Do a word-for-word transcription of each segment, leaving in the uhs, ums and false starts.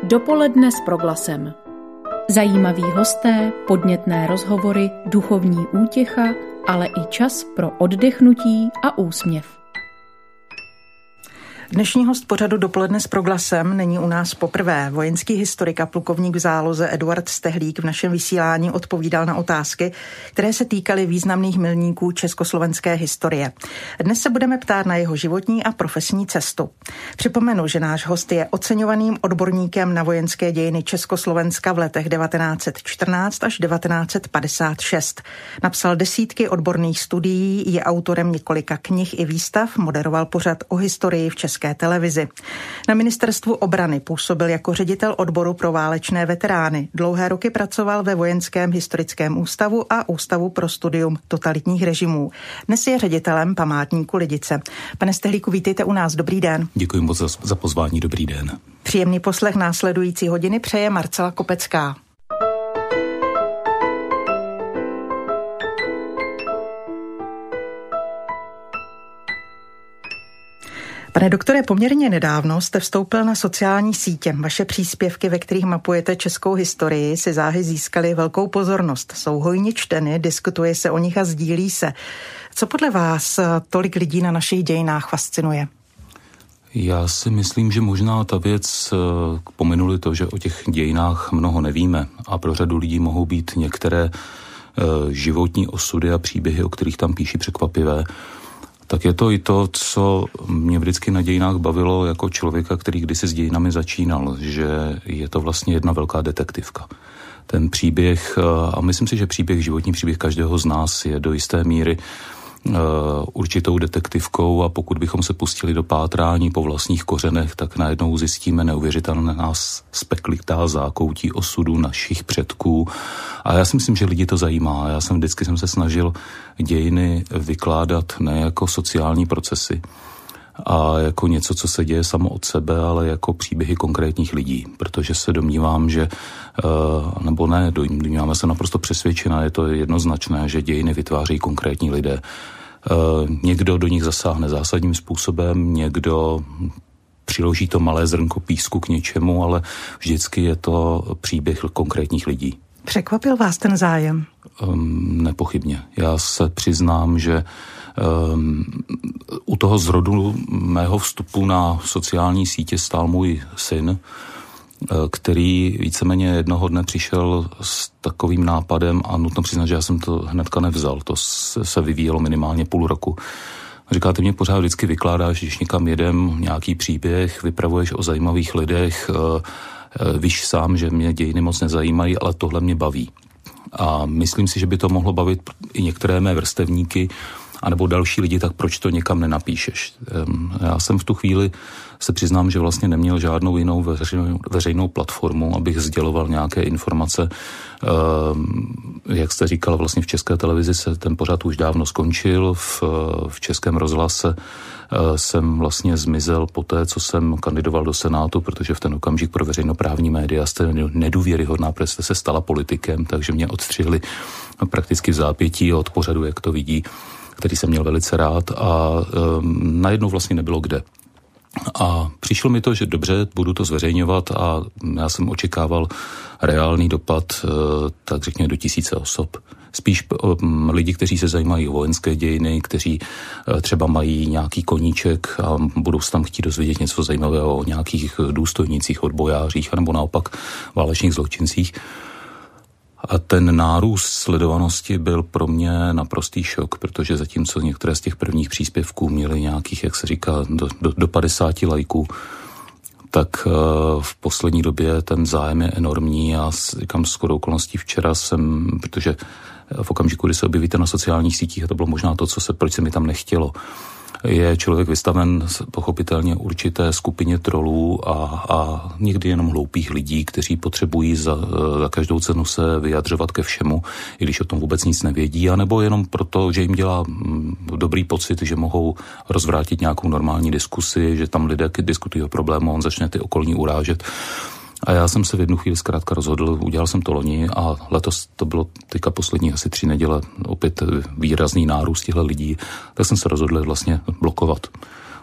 Dopoledne s Proglasem. Zajímaví hosté, podnětné rozhovory, duchovní útěcha, ale i čas pro oddechnutí a úsměv. Dnešní host pořadu Dopoledne s Proglasem není u nás poprvé. Vojenský historik a plukovník v záloze Eduard Stehlík v našem vysílání odpovídal na otázky, které se týkaly významných milníků československé historie. Dnes se budeme ptát na jeho životní a profesní cestu. Připomenu, že náš host je oceňovaným odborníkem na vojenské dějiny Československa v letech devatenáct set čtrnáct až devatenáct set padesát šest. Napsal desítky odborných studií, je autorem několika knih i výstav, moderoval pořad o historii v České televizi. Na ministerstvu obrany působil jako ředitel odboru pro válečné veterány. Dlouhé roky pracoval ve Vojenském historickém ústavu a Ústavu pro studium totalitních režimů. Dnes je ředitelem památníku Lidice. Pane Stehlíku, vítejte u nás. Dobrý den. Děkuji moc za, za pozvání. Dobrý den. Příjemný poslech následující hodiny přeje Marcela Kopecká. Pane doktore, poměrně nedávno jste vstoupil na sociální sítě. Vaše příspěvky, ve kterých mapujete českou historii, si záhy získaly velkou pozornost. Jsou hojně čteny, diskutuje se o nich a sdílí se. Co podle vás tolik lidí na našich dějinách fascinuje? Já si myslím, že možná ta věc, pominuli to, že o těch dějinách mnoho nevíme a pro řadu lidí mohou být některé životní osudy a příběhy, o kterých tam píší, překvapivé, tak je to i to, co mě vždycky na dějinách bavilo jako člověka, který kdysi s dějinami začínal, že je to vlastně jedna velká detektivka. Ten příběh, a myslím si, že příběh, životní příběh každého z nás je do jisté míry uh, určitou detektivkou a pokud bychom se pustili do pátrání po vlastních kořenech, tak najednou zjistíme neuvěřitelné nás speklitá zákoutí osudu našich předků. A já si myslím, že lidi to zajímá. Já jsem vždycky jsem se snažil dějiny vykládat ne jako sociální procesy a jako něco, co se děje samo od sebe, ale jako příběhy konkrétních lidí, protože se domnívám, že, nebo ne, domníváme se naprosto přesvědčená, je to jednoznačné, že dějiny vytvářejí konkrétní lidé. Někdo do nich zasáhne zásadním způsobem, někdo přiloží to malé zrnko písku k něčemu, ale vždycky je to příběh konkrétních lidí. Překvapil vás ten zájem? Um, nepochybně. Já se přiznám, že um, u toho zrodu mého vstupu na sociální sítě stál můj syn, který víceméně jednoho dne přišel s takovým nápadem a nutno přiznat, že já jsem to hnedka nevzal. To se vyvíjelo minimálně půl roku. Říká, ty mě pořád vždycky vykládáš, když někam jedem, nějaký příběh, vypravuješ o zajímavých lidech, víš sám, že mě dějiny moc nezajímají, ale tohle mě baví. A myslím si, že by to mohlo bavit i některé mé vrstevníky, anebo další lidi, tak proč to někam nenapíšeš? Já jsem v tu chvíli se přiznám, že vlastně neměl žádnou jinou veřejnou, veřejnou platformu, abych sděloval nějaké informace. Jak jste říkal, vlastně v České televizi se ten pořad už dávno skončil, v, v Českém rozhlase jsem vlastně zmizel po té, co jsem kandidoval do Senátu, protože v ten okamžik pro veřejnoprávní média jste nedůvěryhodná, protože jste se stala politikem, takže mě odstřihli prakticky v zápětí od pořadu, jak to vidí, který jsem měl velice rád a um, najednou vlastně nebylo kde. A přišlo mi to, že dobře, budu to zveřejňovat a já jsem očekával reálný dopad, tak řekněme do tisíce osob. Spíš um, lidi, kteří se zajímají o vojenské dějiny, kteří uh, třeba mají nějaký koníček a budou se tam chtít dozvědět něco zajímavého o nějakých důstojnících, odbojářích, anebo naopak válečných zločincích. A ten nárůst sledovanosti byl pro mě naprostý šok, protože zatímco některé z těch prvních příspěvků měly nějakých, jak se říká, do, do, do padesáti lajků, tak uh, v poslední době ten zájem je enormní a říkám shodou okolností včera jsem, protože v okamžiku, kdy se objevíte na sociálních sítích, a to bylo možná to, co se, proč se mi tam nechtělo, je člověk vystaven pochopitelně určité skupině trolů a, a někdy jenom hloupých lidí, kteří potřebují za, za každou cenu se vyjadřovat ke všemu, i když o tom vůbec nic nevědí, anebo jenom proto, že jim dělá dobrý pocit, že mohou rozvrátit nějakou normální diskusi, že tam lidé diskutují o problému, on začne ty okolní urážet. A já jsem se v jednu chvíli zkrátka rozhodl, udělal jsem to loni a letos to bylo teďka poslední asi tři neděle, opět výrazný nárůst těchto lidí, tak jsem se rozhodl vlastně blokovat.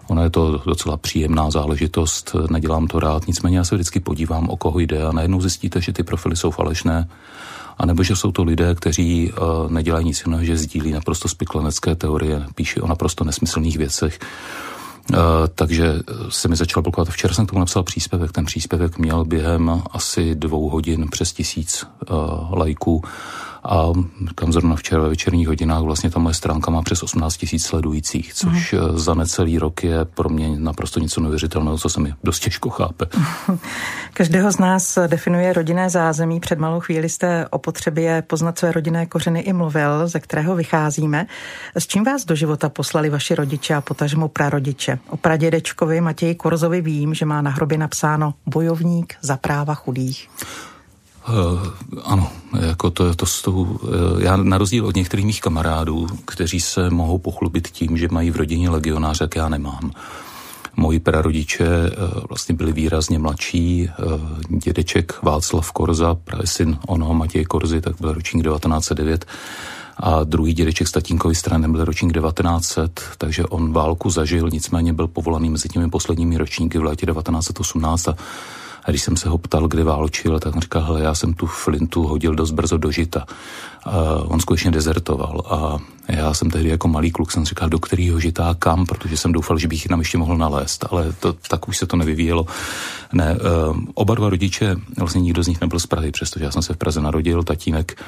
Ono je to docela příjemná záležitost, nedělám to rád, nicméně já se vždycky podívám, o koho jde a najednou zjistíte, že ty profily jsou falešné, anebo že jsou to lidé, kteří uh, nedělají nic jiného, že sdílí naprosto spiklenecké teorie, píší o naprosto nesmyslných věcech. Uh, takže se mi začal blokovat. Včera jsem k tomu napsal příspěvek. Ten příspěvek měl během asi dvou hodin přes tisíc uh, lajků. A kam zrovna včera ve večerních hodinách vlastně ta moje stránka má přes osmnáct tisíc sledujících, což mm. za necelý rok je pro mě naprosto něco neuvěřitelného, co se mi dost těžko chápe. Každého z nás definuje rodinné zázemí. Před malou chvíli jste o potřebě poznat své rodinné kořeny i mluvil, ze kterého vycházíme. S čím vás do života poslali vaši rodiče a potažmo prarodiče? O pradědečkovi Matěji Korzovi vím, že má na hrobě napsáno bojovník za práva chudých. Uh, ano, jako to, to s tou, uh, já na rozdíl od některých mých kamarádů, kteří se mohou pochlubit tím, že mají v rodině legionáře, jak já nemám. Moji prarodiče uh, vlastně byli výrazně mladší, uh, dědeček Václav Korza, právě syn onoho Matěje Korzy, tak byl ročník devatenáct set devět, a druhý dědeček z tatínkovy strany byl ročník devatenáct set, takže on válku zažil, nicméně byl povolaný mezi těmi posledními ročníky v létě devatenáct set osmnáct a A když jsem se ho ptal, kdy válčil, tak on říkal, hele, já jsem tu flintu hodil dost brzo do žita. A on skutečně dezertoval a já jsem tehdy jako malý kluk jsem říkal, do kterého žita a kam, protože jsem doufal, že bych ji tam ještě mohl nalézt, ale to, tak už se to nevyvíjelo. Ne, oba dva rodiče, vlastně nikdo z nich nebyl z Prahy, přestože já jsem se v Praze narodil, tatínek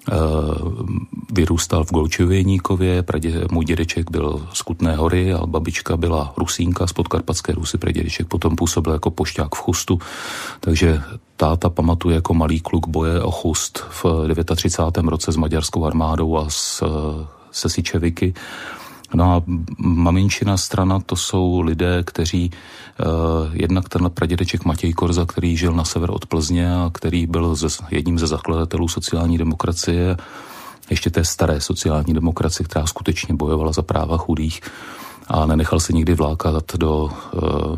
vyrůstal v Golčově Jeníkově, pradě, můj dědeček byl z Kutné Hory a babička byla Rusínka z Podkarpatské Rusy, pradědeček potom působil jako pošťák v Chustu, takže táta pamatuje jako malý kluk boje o Chust v třicátém devátém roce s maďarskou armádou a s, se Sičeviky. No a maminčina strana, to jsou lidé, kteří eh, jednak ten pradědeček Matěj Korza, který žil na sever od Plzně a který byl ze, jedním ze zakladatelů sociální demokracie, ještě té staré sociální demokracie, která skutečně bojovala za práva chudých a nenechal se nikdy vlákat do eh,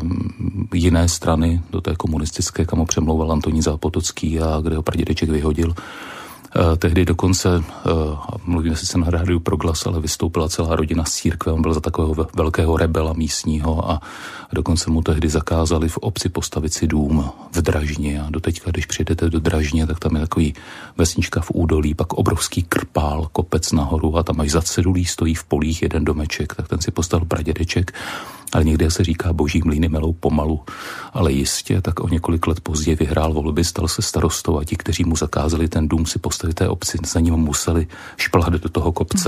jiné strany, do té komunistické, kam ho přemlouval Antonín Zápotocký a kde ho pradědeček vyhodil. Uh, tehdy dokonce, uh, mluvíme sice na rádiu Proglas, ale vystoupila celá rodina z církve, on byl za takového velkého rebela místního a dokonce mu tehdy zakázali v obci postavit si dům v Dražně a doteďka, když přijdete do Dražně, tak tam je takový vesnička v údolí, pak obrovský krpál, kopec nahoru a tam až za cedulí stojí v polích jeden domeček, tak ten si postavil pradědeček, ale někde se říká boží mlýny melou pomalu, ale jistě, tak o několik let později vyhrál volby, stal se starostou a ti, kteří mu zakázali ten dům si postavit té obci, za ním museli šplhat do toho kopce.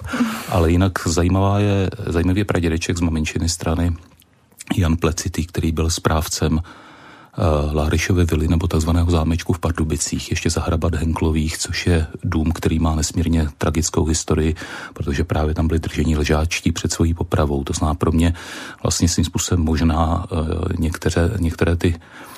Ale jinak zajímavá je, zajímavý je pradědeček z maminčiny strany Jan Plecitý, který byl správcem uh, Láryšovy vily nebo takzvaného zámečku v Pardubicích, ještě za hrabat Henklových, což je dům, který má nesmírně tragickou historii, protože právě tam byli drženi ležáčtí před svojí popravou. To znamená pro mě vlastně svým způsobem možná uh, některé, některé ty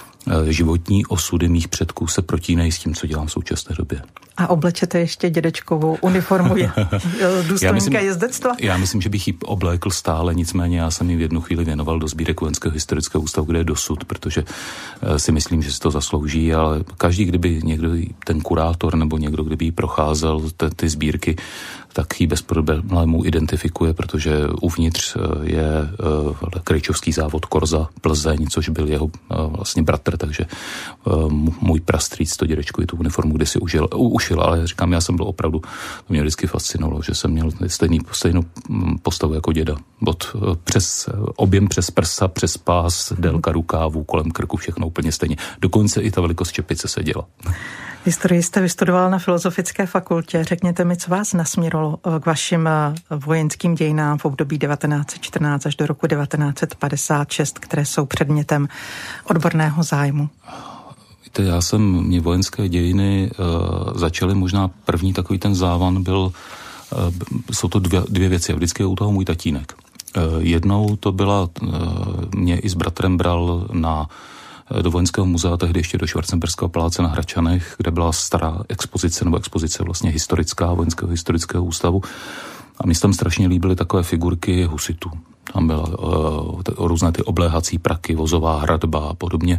životní osudy mých předků se protínají s tím, co dělám v současné době. A oblečete ještě dědečkovou uniformu důstojníka jezdectva? Já myslím, že bych ji oblékl stále, nicméně já jsem ji v jednu chvíli věnoval do sbírek Vojenského historického ústavu, kde je dosud, protože si myslím, že si to zaslouží, ale každý, kdyby někdo, ten kurátor nebo někdo, kdyby ji procházel ty, ty sbírky, tak ji bez problémů identifikuje, protože uvnitř je uh, krejčovský závod Korza Plzeň, což byl jeho uh, vlastně bratr, takže uh, můj prastrýc to dědečkovi tu uniformu kdysi užil, uh, ušil, ale říkám, já jsem byl opravdu, to mě vždycky fascinovalo, že jsem měl stejný, stejnou postavu jako děda. Od, uh, přes uh, objem přes prsa, přes pás, délka rukávů, kolem krku, všechno úplně stejně. Dokonce i ta velikost čepice se děla. Historii jste vystudoval na Filozofické fakultě. Řekněte mi, co vás nasměrovalo k vašim vojenským dějinám v období devatenáct set čtrnáct až do roku devatenáct set padesát šest, které jsou předmětem odborného zájmu? Víte, já jsem, mě vojenské dějiny uh, začaly, možná první takový ten závan byl, uh, jsou to dvě, dvě věci, vždycky je u toho můj tatínek. Uh, jednou to byla, uh, mě i s bratrem bral na do Vojenského muzea, tehdy ještě do Schwarzenberského paláce na Hradčanech, kde byla stará expozice, nebo expozice vlastně historická Vojenského historického ústavu. A mi se tam strašně líbily takové figurky husitů. Tam byla uh, různé ty obléhací praky, vozová hradba a podobně.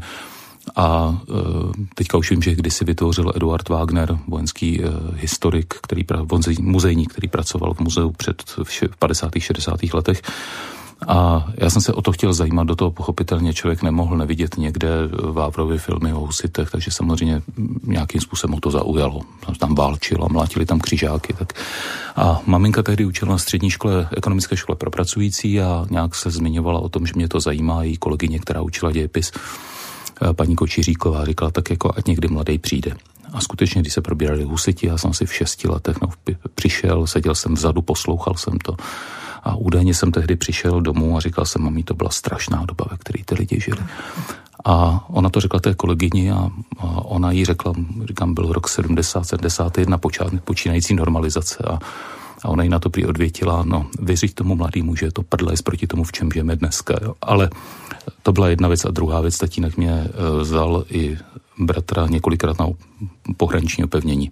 A uh, teďka už vím, že kdysi vytvořil Eduard Wagner, vojenský uh, historik, který, muzejník, který pracoval v muzeu před v padesátých šedesátých letech, A já jsem se o to chtěl zajímat, do toho pochopitelně člověk nemohl nevidět někde Vávrovy filmy o husitech, takže samozřejmě nějakým způsobem to zaujalo. Tam válčilo, mlátili tam křižáky. Tak. A maminka tehdy učila na střední škole, ekonomické škole pro pracující a nějak se zmiňovala o tom, že mě to zajímá, její kolegyně, která učila dějepis, paní Kočiříková, říkala tak jako, ať někdy mladý přijde. A skutečně, když se probírali husiti, já jsem si v šesti letech no, přišel, seděl jsem vzadu, poslouchal jsem to. A údajně jsem tehdy přišel domů a říkal jsem, mami, to byla strašná doba, ve které ty lidi žili. A ona to řekla té kolegyni a, a ona jí řekla, říkám, byl rok sedmdesát, sedmdesát jedna, počínající normalizace a, a ona jí na to prý odvětila, no, věřit tomu mladýmu, že je to prdlec proti tomu, v čem žijeme dneska. Jo. Ale to byla jedna věc a druhá věc, tatínek mě vzal i bratra několikrát na pohraniční opevnění.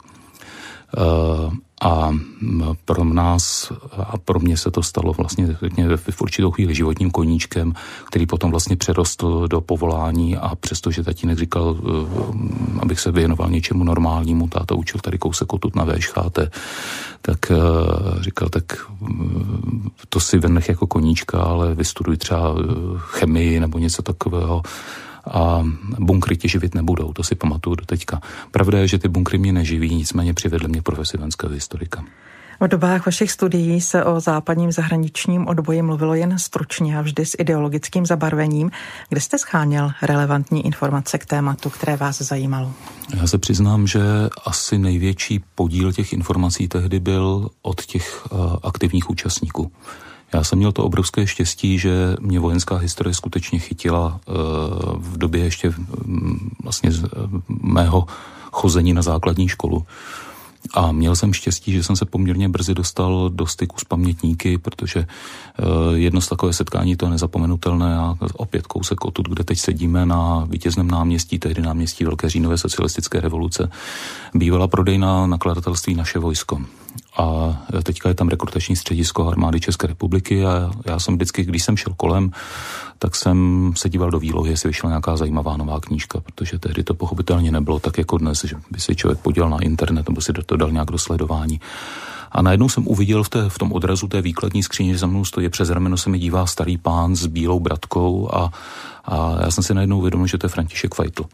Uh, a pro nás a pro mě se to stalo vlastně v určitou chvíli životním koníčkem, který potom vlastně přerostl do povolání a přestože tatínek říkal, uh, abych se věnoval něčemu normálnímu, táta učil tady kousek odtud na vé š ché té, tak uh, říkal, tak uh, to si vynech jako koníčka, ale vystuduj třeba chemii nebo něco takového. A bunkry tě živit nebudou, to si pamatuju do teďka. Pravda je, že ty bunkry mě neživí, nicméně přivedly mě profesi vojenského historika. V dobách vašich studií se o západním zahraničním odboji mluvilo jen stručně a vždy s ideologickým zabarvením. Kde jste scháněl relevantní informace k tématu, které vás zajímalo? Já se přiznám, že asi největší podíl těch informací tehdy byl od těch uh, aktivních účastníků. Já jsem měl to obrovské štěstí, že mě vojenská historie skutečně chytila v době ještě vlastně z mého chození na základní školu. A měl jsem štěstí, že jsem se poměrně brzy dostal do styku s pamětníky, protože jedno z takové setkání, to je nezapomenutelné, a opět kousek odtud, kde teď sedíme na Vítězném náměstí, tehdy náměstí Velké říjnové socialistické revoluce, bývala prodejna nakladatelství Naše vojsko. A teďka je tam rekrutační středisko armády České republiky a já jsem vždycky, když jsem šel kolem, tak jsem se díval do výlohy, jestli vyšla nějaká zajímavá nová knížka, protože tehdy to pochopitelně nebylo tak jako dnes, že by si člověk podíval na internet nebo si do toho dal nějak do sledování. A najednou jsem uviděl v, té, v tom odrazu té výkladní skříně, že za mnou stojí, přes rameno se mi dívá starý pán s bílou bratkou a, a já jsem si najednou uvědomil, že to je František Feitl.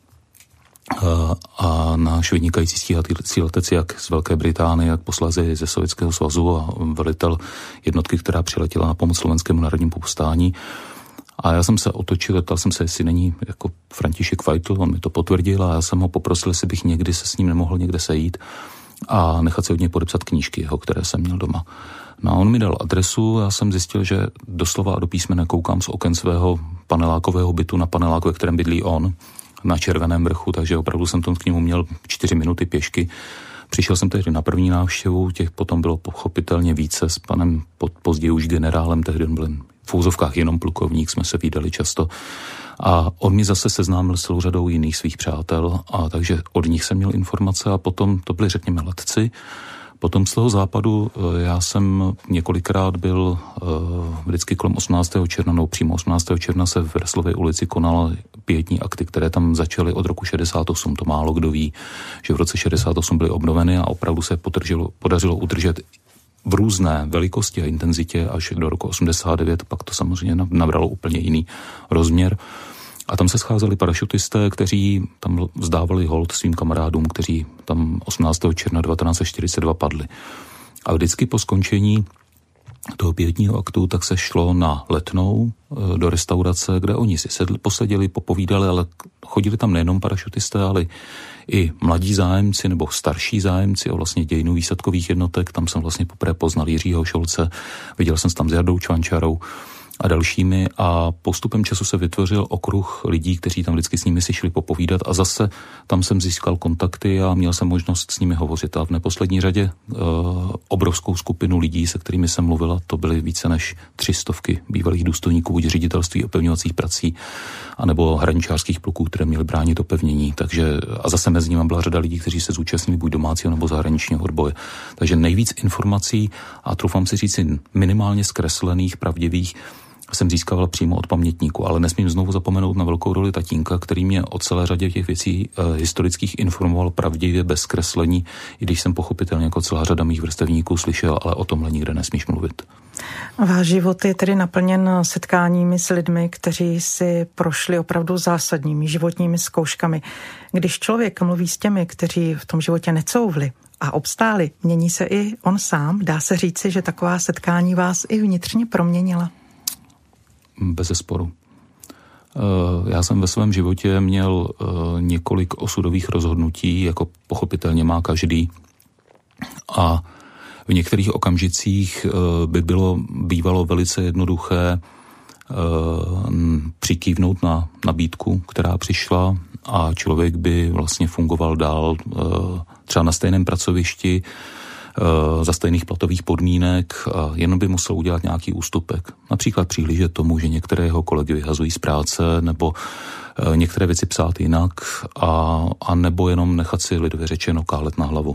A náš vynikající stíhací letec jak z Velké Británie, jak posléze ze Sovětského svazu a velitel jednotky, která přiletěla na pomoc Slovenskému národnímu povstání. A já jsem se otočil, ptal jsem se, jestli není jako František Feitl, on mi to potvrdil a já jsem ho poprosil, jestli bych někdy se s ním nemohl někde sejít a nechat si od něj podepsat knížky jeho, které jsem měl doma. No a on mi dal adresu, já jsem zjistil, že doslova a do písmene koukám z oken svého panelákového bytu na panelák, ve kterém bydlí on, na Červeném vrchu, takže opravdu jsem tam k němu měl čtyři minuty pěšky. Přišel jsem tehdy na první návštěvu, těch potom bylo pochopitelně více s panem pod, později už generálem, tehdy on byl v úzovkách jenom plukovník, jsme se vídali často. A on mi zase seznámil s celou řadou jiných svých přátel, a takže od nich jsem měl informace a potom to byli, řekněme, letci. Potom z toho západu já jsem několikrát byl vždycky kolem osmnáctého června, no přímo osmnáctého června se v Reslově ulici konal pietní akty, které tam začaly od roku šedesát osm. To málo kdo ví, že v roce šedesát osm byly obnoveny a opravdu se podržilo, podařilo udržet v různé velikosti a intenzitě až do roku osmdesát devět, pak to samozřejmě nabralo úplně jiný rozměr. A tam se scházeli parašutisté, kteří tam vzdávali hold svým kamarádům, kteří tam osmnáctého června devatenáct set čtyřicet dva padli. A vždycky po skončení toho pietního aktu tak se šlo na Letnou do restaurace, kde oni si sedli, poseděli, popovídali, ale chodili tam nejenom parašutisté, ale i mladí zájemci nebo starší zájemci o vlastně dějinu výsadkových jednotek. Tam jsem vlastně poprvé poznal Jiřího Šolce, viděl jsem se tam s Jardou Čvančarou a dalšími a postupem času se vytvořil okruh lidí, kteří tam vždycky s nimi si šli popovídat a zase tam jsem získal kontakty a měl jsem možnost s nimi hovořit. A v neposlední řadě e, obrovskou skupinu lidí, se kterými jsem mluvila, to byly více než tři stovky bývalých důstojníků buď ředitelství opevňovacích prací anebo hraničářských pluků, které měly bránit opevnění. Takže a zase mezi nimi byla řada lidí, kteří se zúčastnili buď domácího nebo zahraničního odboje. Takže nejvíc informací a troufám si říct minimálně zkreslených, pravdivých, jsem získával přímo od pamětníku, ale nesmím znovu zapomenout na velkou roli tatínka, který mě o celé řadě těch věcí e, historických informoval pravdivě, bez zkreslení, i když jsem pochopitelně jako celá řada mých vrstevníků slyšel, ale o tomhle nikde nesmíš mluvit. Váš život je tedy naplněn setkáními s lidmi, kteří si prošli opravdu zásadními životními zkouškami. Když člověk mluví s těmi, kteří v tom životě necouvli a obstáli, mění se i on sám. Dá se říci, že taková setkání vás i vnitřně proměnila? Bezesporu. Já jsem ve svém životě měl několik osudových rozhodnutí, jako pochopitelně má každý. A v některých okamžicích by bylo bývalo velice jednoduché přikývnout na nabídku, která přišla, a člověk by vlastně fungoval dál třeba na stejném pracovišti, za stejných platových podmínek, a jen by musel udělat nějaký ústupek. Například přihlížet tomu, že některé jeho kolegy vyhazují z práce, nebo některé věci psát jinak, a, a nebo jenom nechat si lidově řečeno kálet na hlavu.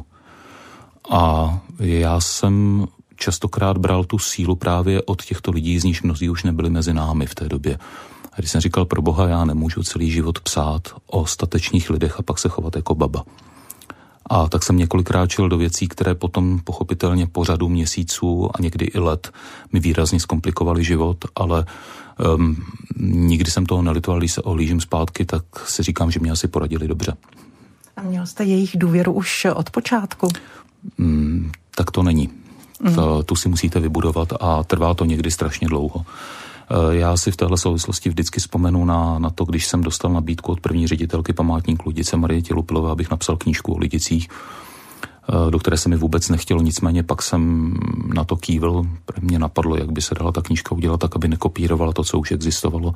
A já jsem častokrát bral tu sílu právě od těchto lidí, z níž mnozí už nebyli mezi námi v té době. A když jsem říkal, pro Boha, já nemůžu celý život psát o statečných lidech a pak se chovat jako baba. A tak jsem několikrát šel do věcí, které potom pochopitelně po řadu měsíců a někdy i let mi výrazně zkomplikovaly život, ale um, nikdy jsem toho nelitoval. Když se ohlížím zpátky, tak si říkám, že mě asi poradili dobře. A měl jste jejich důvěru už od počátku? Mm, tak to není. Mm. To, tu si musíte vybudovat a trvá to někdy strašně dlouho. Já si v téhle souvislosti vždycky vzpomenu na, na to, když jsem dostal nabídku od první ředitelky památníku Lidice Marie Tělupilové, abych napsal knížku o Lidicích, do které se mi vůbec nechtělo, nicméně pak jsem na to kývil, mě napadlo, jak by se dala ta knížka udělat tak, aby nekopírovala to, co už existovalo.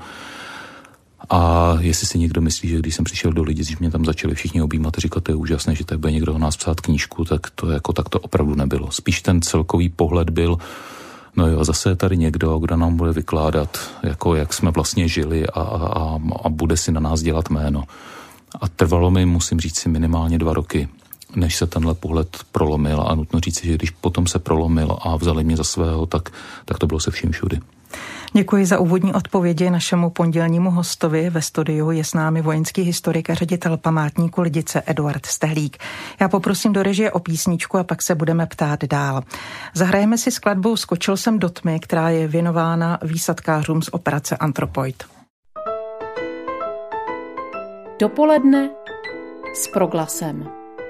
A jestli si někdo myslí, že když jsem přišel do Lidic, že mě tam začali všichni objímat a říkat, to je úžasné, že tak bude někdo o nás psát knížku, tak to jako tak to opravdu nebylo. Spíš ten celkový pohled byl, no jo, zase je tady někdo, kdo nám bude vykládat, jako jak jsme vlastně žili, a, a, a bude si na nás dělat jméno. A trvalo mi, musím říct si, minimálně dva roky, než se tenhle pohled prolomil, a nutno říct si, že když potom se prolomil a vzali mě za svého, tak, tak to bylo se vším všudy. Děkuji za úvodní odpovědi našemu pondělnímu hostovi. Ve studiu je s námi vojenský historik a ředitel památníku Lidice Eduard Stehlík. Já poprosím do režie o písničku a pak se budeme ptát dál. Zahrajeme si skladbu Skočil jsem do tmy, která je věnována výsadkářům z operace Anthropoid. Dopoledne s Proglasem.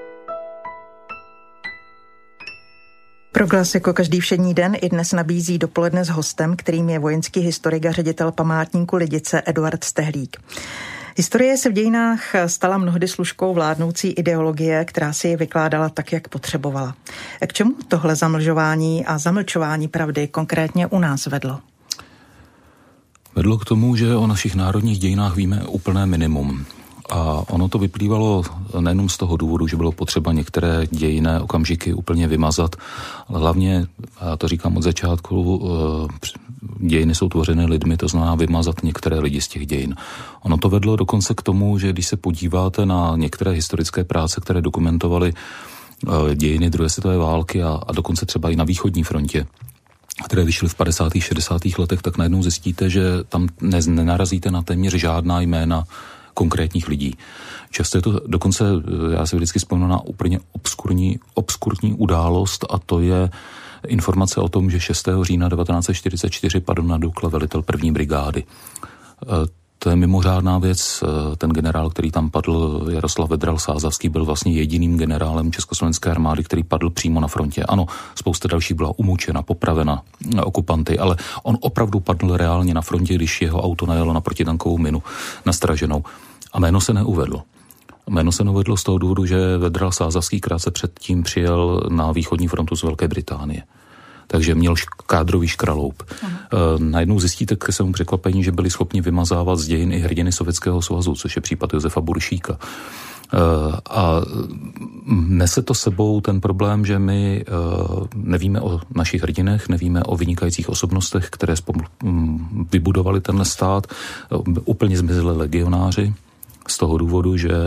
Proglas jako každý všední den i dnes nabízí dopoledne s hostem, kterým je vojenský historik a ředitel památníku Lidice Eduard Stehlík. Historie se v dějinách stala mnohdy služkou vládnoucí ideologie, která si ji vykládala tak, jak potřebovala. K čemu tohle zamlžování a zamlčování pravdy konkrétně u nás vedlo? Vedlo k tomu, že o našich národních dějinách víme úplné minimum. A ono to vyplývalo nejenom z toho důvodu, že bylo potřeba některé dějinné okamžiky úplně vymazat, ale hlavně, já to říkám od začátku, dějiny jsou tvořeny lidmi, to znamená vymazat některé lidi z těch dějin. Ono to vedlo dokonce k tomu, že když se podíváte na některé historické práce, které dokumentovaly dějiny druhé světové války a, a dokonce třeba i na východní frontě, které vyšly v padesátých šedesátých letech, tak najednou zjistíte, že tam nenarazíte na téměř žádná jména konkrétních lidí. Často je to dokonce, já si vždycky vzpomínám na úplně obskurní, obskurní událost, a to je informace o tom, že šestého října devatenáct set čtyřicet čtyři padl na Dukle velitel první brigády. To je mimořádná věc. Ten generál, který tam padl, Jaroslav Vedral Sázavský, byl vlastně jediným generálem československé armády, který padl přímo na frontě. Ano, spousta dalších byla umučena, popravena okupanty, ale on opravdu padl reálně na frontě, když jeho auto najelo na protitankovou minu nastraženou. A jméno se neuvedlo. Jméno se neuvedlo z toho důvodu, že Vedral Sázavský krátce předtím přijel na východní frontu z Velké Británie. Takže měl kádrový škraloup. Uh, najednou zjistíte ke svému překvapení, že byli schopni vymazávat z dějin i hrdiny Sovětského svazu, což je případ Josefa Buršíka. Uh, a nese to sebou ten problém, že my uh, nevíme o našich hrdinech, nevíme o vynikajících osobnostech, které spolu um, vybudovali tenhle stát. Uh, úplně zmizeli legionáři. z toho důvodu, že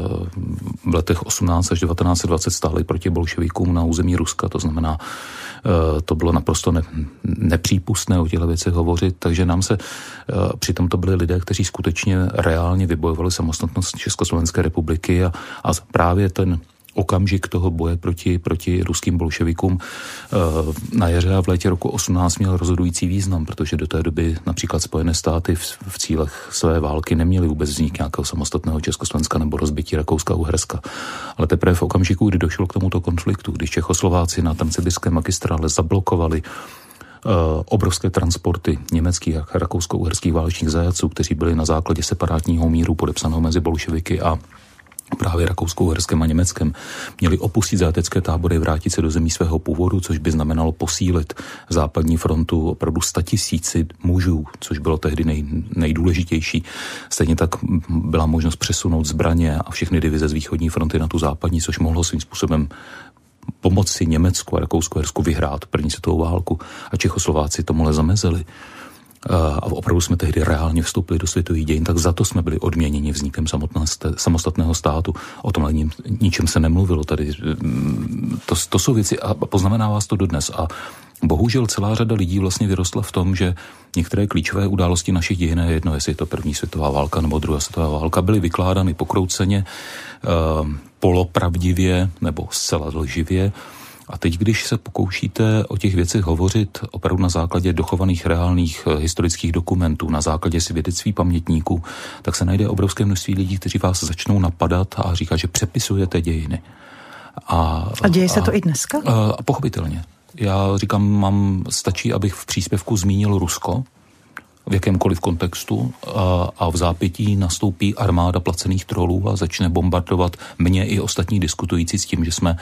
v letech osmnáct až devatenáct dvacet stáli proti bolševikům na území Ruska, to znamená, to bylo naprosto ne, nepřípustné o těchto věcech hovořit, takže nám se, přitom to byli lidé, kteří skutečně reálně vybojovali samostatnost Československé republiky a, a právě ten okamžik toho boje proti, proti ruským bolševikům na jaře a v létě roku osmnáct měl rozhodující význam, protože do té doby například Spojené státy v, v cílech své války neměly vůbec vznik nějakého samostatného Československa nebo rozbití Rakouska a Uherska. Ale teprve v okamžiku, kdy došlo k tomuto konfliktu, když Čechoslováci na Transsibirské magistrále zablokovali uh, obrovské transporty německých a rakousko-uherských válečných zajatců, kteří byli na základě separátního míru podepsaného mezi bolševiky a právě Rakouskou-Uherskem a Německem, měli opustit zajatecké tábory, vrátit se do zemí svého původu, což by znamenalo posílit západní frontu opravdu statisíci mužů, což bylo tehdy nej, nejdůležitější. Stejně tak byla možnost přesunout zbraně a všechny divize z východní fronty na tu západní, což mohlo svým způsobem pomoci Německu a Rakousko-Uhersku vyhrát první světovou válku a Čechoslováci tomuhle zamezili. A opravdu jsme tehdy reálně vstoupili do světových dějin, tak za to jsme byli odměněni vznikem samostatného státu. O tomhle ničem se nemluvilo tady. To, to jsou věci a poznamená vás to dodnes. A bohužel celá řada lidí vlastně vyrostla v tom, že některé klíčové události našich dějin, je jedno, jestli je to první světová válka nebo druhá světová válka, byly vykládány pokrouceně, polopravdivě nebo zcela lživě. A teď, když se pokoušíte o těch věcech hovořit opravdu na základě dochovaných reálných historických dokumentů, na základě svědectví pamětníků, tak se najde obrovské množství lidí, kteří vás začnou napadat a říká, že přepisujete dějiny. A, a děje se a, to i dneska? A, a pochopitelně. Já říkám, mám, stačí, abych v příspěvku zmínil Rusko, v jakémkoliv kontextu a, a v zápětí nastoupí armáda placených trolů a začne bombardovat mě i ostatní diskutující s tím, že jsme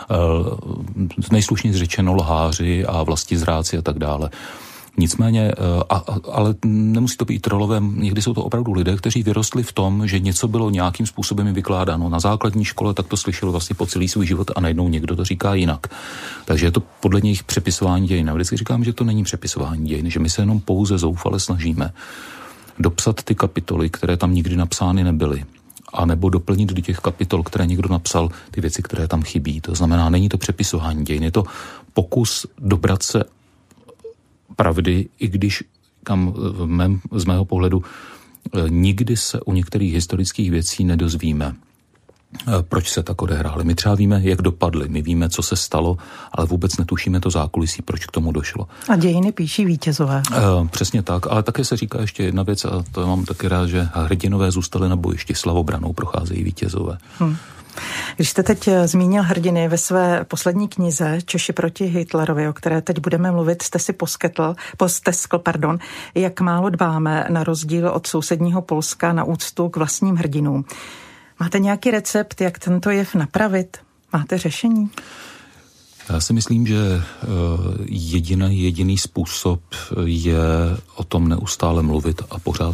nejslušně řečeno lháři a vlastizráci a tak dále. Nicméně, a, ale nemusí to být trolové, někdy jsou to opravdu lidé, kteří vyrostli v tom, že něco bylo nějakým způsobem jim vykládáno. Na základní škole tak to slyšeli vlastně po celý svůj život a najednou někdo to říká jinak. Takže je to podle nich přepisování dějin. A vždycky říkám, že to není přepisování dějin, že my se jenom pouze zoufale snažíme dopsat ty kapitoly, které tam nikdy napsány nebyly. A nebo doplnit do těch kapitol, které někdo napsal, ty věci, které tam chybí. To znamená, není to přepisování dějin, je to pokus dobrat se pravdy, i když kam v mém, z mého pohledu nikdy se u některých historických věcí nedozvíme, proč se tak odehrály. My třeba víme, jak dopadly, my víme, co se stalo, ale vůbec netušíme to zákulisí, proč k tomu došlo. A dějiny píší vítězové. E, přesně tak, ale také se říká ještě jedna věc, a to mám taky rád, že hrdinové zůstaly na bojišti, slavobranou procházejí vítězové. Hmm. Když jste teď zmínil hrdiny ve své poslední knize Češi proti Hitlerovi, o které teď budeme mluvit, jste si posketl, posteskl, pardon, jak málo dbáme na rozdíl od sousedního Polska na úctu k vlastním hrdinům. Máte nějaký recept, jak tento jev napravit? Máte řešení? Já si myslím, že jediný, jediný způsob je o tom neustále mluvit a pořád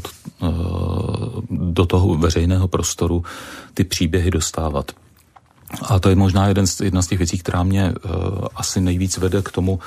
do toho veřejného prostoru ty příběhy dostávat. A to je možná jeden z, jedna z těch věcí, která mě asi nejvíc vede k tomu,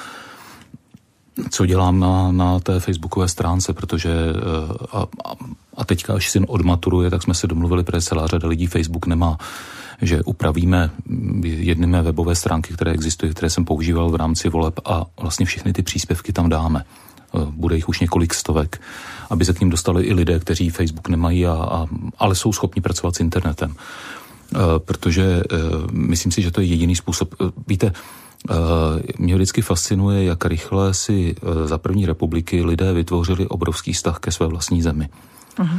co dělám na, na té facebookové stránce, protože a, a teďka, až syn odmaturuje, tak jsme se domluvili, protože celá řada lidí Facebook nemá, že upravíme jedny mé webové stránky, které existují, které jsem používal v rámci voleb a vlastně všechny ty příspěvky tam dáme. Bude jich už několik stovek, aby se k ním dostali i lidé, kteří Facebook nemají, a, a, ale jsou schopni pracovat s internetem. Protože myslím si, že to je jediný způsob. Víte, mě vždycky fascinuje, jak rychle si za první republiky lidé vytvořili obrovský vztah ke své vlastní zemi. Uh-huh.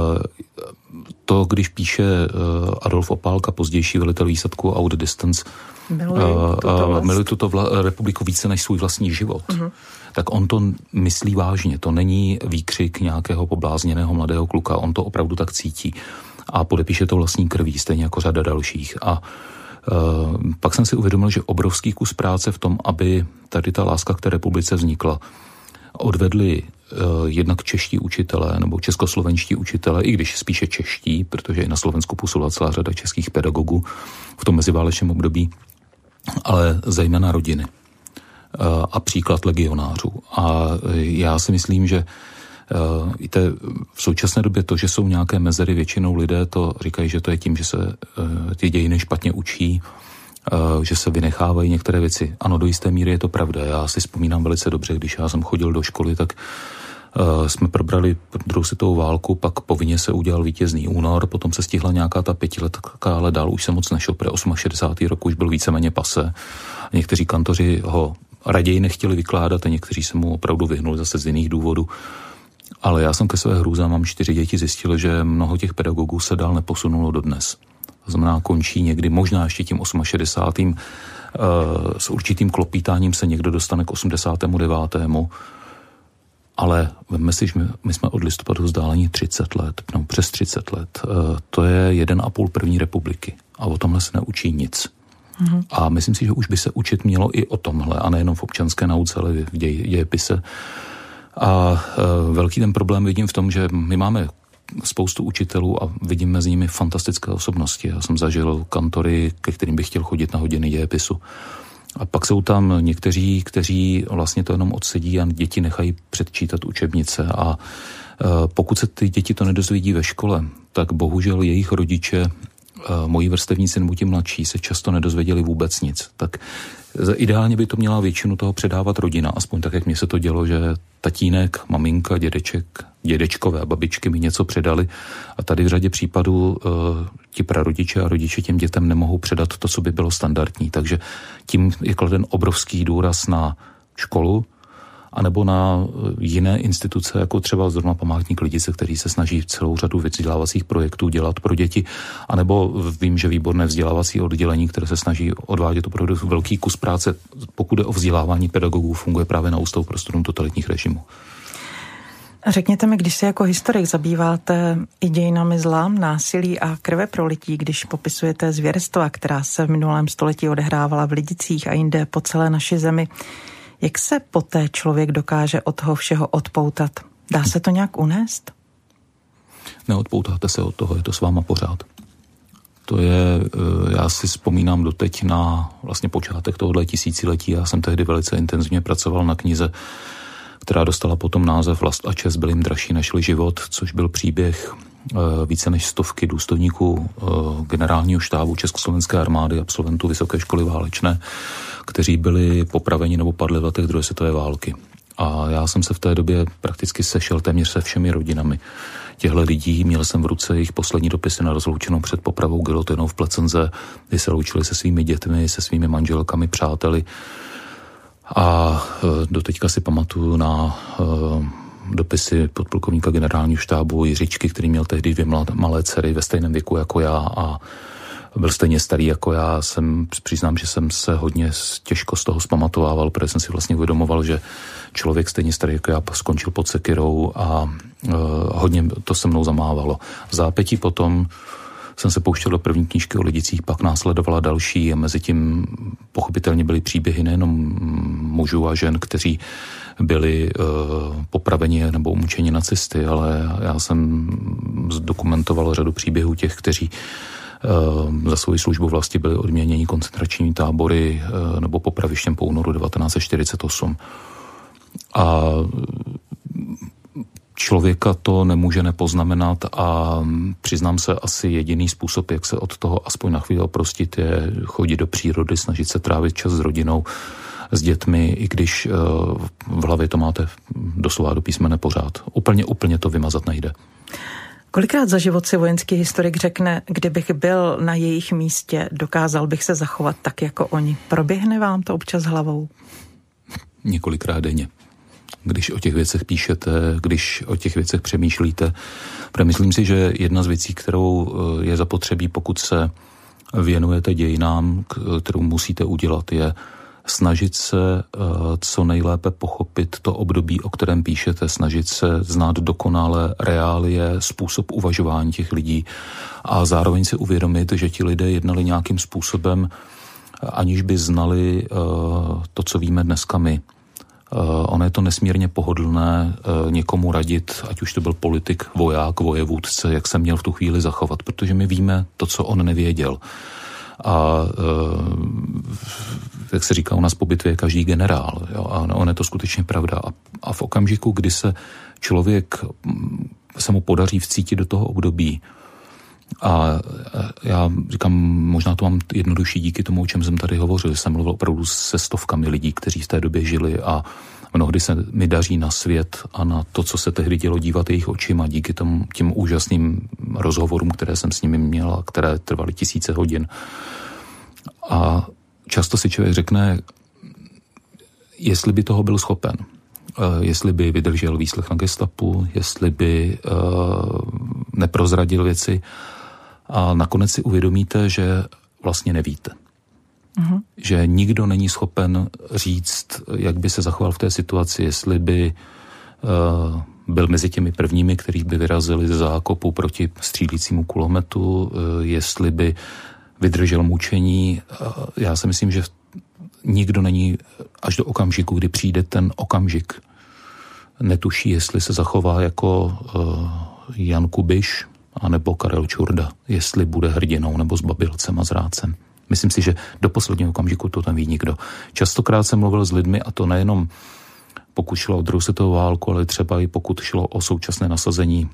To, když píše Adolf Opálka, pozdější velitel výsadku Out Distance, miluji tuto vla, republiku více než svůj vlastní život, uh-huh. tak on to myslí vážně. To není výkřik nějakého poblázněného mladého kluka, on to opravdu tak cítí. A podepíše to vlastní krví, stejně jako řada dalších. A Uh, pak jsem si uvědomil, že obrovský kus práce v tom, aby tady ta láska k té republice vznikla, odvedli uh, jednak čeští učitelé nebo českoslovenští učitelé, i když spíše čeští, protože i na Slovensku působila celá řada českých pedagogů v tom meziválečném období, ale zejména rodiny uh, a příklad legionářů. A já si myslím, že Víte, v současné době to, že jsou nějaké mezery, většinou lidé to říkají, že to je tím, že se ty dějiny špatně učí, že se vynechávají některé věci. Ano, do jisté míry je to pravda. Já si vzpomínám velice dobře, když já jsem chodil do školy, tak jsme probrali druhou světovou válku, pak povinně se udělal vítězný únor, potom se stihla nějaká ta pětiletka, ale dál už se moc nešel, protože šedesátý osmý rok už byl víceméně pase. Někteří kantoři ho raději nechtěli vykládat a někteří se mu opravdu vyhnuli zase z jiných důvodů. Ale já jsem ke své hrůze, mám čtyři děti, zjistil, že mnoho těch pedagogů se dál neposunulo dodnes. To znamená, končí někdy, možná ještě tím šedesátým osmým s určitým klopítáním se někdo dostane k osmdesátému devátému Ale vemme si, že my, my jsme od listopadu vzdálení třicet let, no přes třicet let. To je jeden a půl první republiky. A o tomhle se neučí nic. Mm-hmm. A myslím si, že už by se učit mělo i o tomhle, a nejenom v občanské nauce, ale v děj, dějepise. A e, velký ten problém vidím v tom, že my máme spoustu učitelů a vidím mezi nimi fantastické osobnosti. Já jsem zažil kantory, ke kterým bych chtěl chodit na hodiny dějepisu. A pak jsou tam někteří, kteří vlastně to jenom odsedí a děti nechají předčítat učebnice. A e, pokud se ty děti to nedozvědí ve škole, tak bohužel jejich rodiče, e, moji vrstevníci nebo ti mladší, se často nedozvěděli vůbec nic. Tak ideálně by to měla většinu toho předávat rodina, aspoň tak, jak mně se to dělo, že tatínek, maminka, dědeček, dědečkové a babičky mi něco předali a tady v řadě případů e, ti prarodiče a rodiče těm dětem nemohou předat to, co by bylo standardní. Takže tím je kladen obrovský důraz na školu anebo na jiné instituce, jako třeba zrovna Památník Lidice, který se snaží celou řadu vzdělávacích projektů dělat pro děti, anebo vím, že výborné vzdělávací oddělení, které se snaží odvádět opravdu velký kus práce, pokud je o vzdělávání pedagogů, funguje právě na Ústavu pro studium totalitních režimů. Řekněte mi, když se jako historik zabýváte i dějinami zla, násilí a krveprolití, když popisujete zvěrstva, která se v minulém století odehrávala v Lidicích a jinde po celé naší zemi, jak se poté člověk dokáže od toho všeho odpoutat? Dá se to nějak unést? Neodpoutáte se od toho, je to s váma pořád. To je, já si vzpomínám doteď na vlastně počátek tohohle tisíciletí. Já jsem tehdy velice intenzivně pracoval na knize, která dostala potom název Vlast a čest byl jim dražší než život, což byl příběh více než stovky důstojníků generálního štábu Československé armády, absolventů Vysoké školy válečné, kteří byli popraveni nebo padli v letech druhé světové války. A já jsem se v té době prakticky sešel téměř se všemi rodinami těchto lidí. Měl jsem v ruce jejich poslední dopisy na rozloučenou před popravou gilotinou v Plecenze, kdy se loučili se svými dětmi, se svými manželkami, přáteli. A doteďka si pamatuju na dopisy podplukovníka generálního štábu Jiřičky, který měl tehdy dvě malé dcery ve stejném věku jako já a byl stejně starý jako já. Jsem, přiznám, že jsem se hodně těžko z toho zpamatovával, protože jsem si vlastně uvědomoval, že člověk stejně starý jako já skončil pod sekyrou a uh, hodně to se mnou zamávalo. V zápětí potom jsem se pouštěl do první knížky o Lidicích, pak následovala další a mezi tím pochopitelně byly příběhy nejenom mužů a žen, kteří byli uh, popraveni nebo umučeni nacisty, ale já jsem zdokumentoval řadu příběhů těch, kteří uh, za svoji službu vlasti byli odměněni koncentračními tábory uh, nebo popravištěm po únoru devatenáct set čtyřicet osm. A člověka to nemůže nepoznamenat a přiznám se, asi jediný způsob, jak se od toho aspoň na chvíli oprostit, je chodit do přírody, snažit se trávit čas s rodinou, s dětmi, i když v hlavě to máte doslova do písmene pořád. Úplně, úplně to vymazat nejde. Kolikrát za život si vojenský historik řekne, kdybych byl na jejich místě, dokázal bych se zachovat tak jako oni. Proběhne vám to občas hlavou? Několikrát denně. Když o těch věcech píšete, když o těch věcech přemýšlíte. Protože myslím si, že jedna z věcí, kterou je zapotřebí, pokud se věnujete dějinám, kterou musíte udělat, je snažit se co nejlépe pochopit to období, o kterém píšete, snažit se znát dokonale reálie, způsob uvažování těch lidí a zároveň si uvědomit, že ti lidé jednali nějakým způsobem, aniž by znali to, co víme dneska my. Uh, ono je to nesmírně pohodlné uh, někomu radit, ať už to byl politik, voják, vojevůdce, jak se měl v tu chvíli zachovat, protože my víme to, co on nevěděl. A uh, jak se říká u nás po bitvě, je každý generál. Jo? A ono je to skutečně pravda. A, A v okamžiku, kdy se člověk, se mu podaří vcítit do toho období, a já říkám, možná to mám jednodušší díky tomu, o čem jsem tady hovořil. Jsem mluvil opravdu se stovkami lidí, kteří v té době žili a mnohdy se mi daří na svět a na to, co se tehdy dělo, dívat jejich očima díky tomu, těm úžasným rozhovorům, které jsem s nimi měl a které trvaly tisíce hodin. A často si člověk řekne, jestli by toho byl schopen, jestli by vydržel výslech na gestapu, jestli by uh, neprozradil věci a nakonec si uvědomíte, že vlastně nevíte. Uh-huh. Že nikdo není schopen říct, jak by se zachoval v té situaci, jestli by uh, byl mezi těmi prvními, kteří by vyrazili ze zákopu proti střílícímu kulometu, uh, jestli by vydržel mučení. Uh, já si myslím, že nikdo není až do okamžiku, kdy přijde ten okamžik, netuší, jestli se zachová jako uh, Jan Kubiš anebo Karel Čurda, jestli bude hrdinou nebo zbabilcem a zrádcem. Myslím si, že do posledního okamžiku to neví nikdo. Častokrát jsem mluvil s lidmi, a to nejenom pokud šlo o druhou světovou válku, ale třeba i pokud šlo o současné nasazení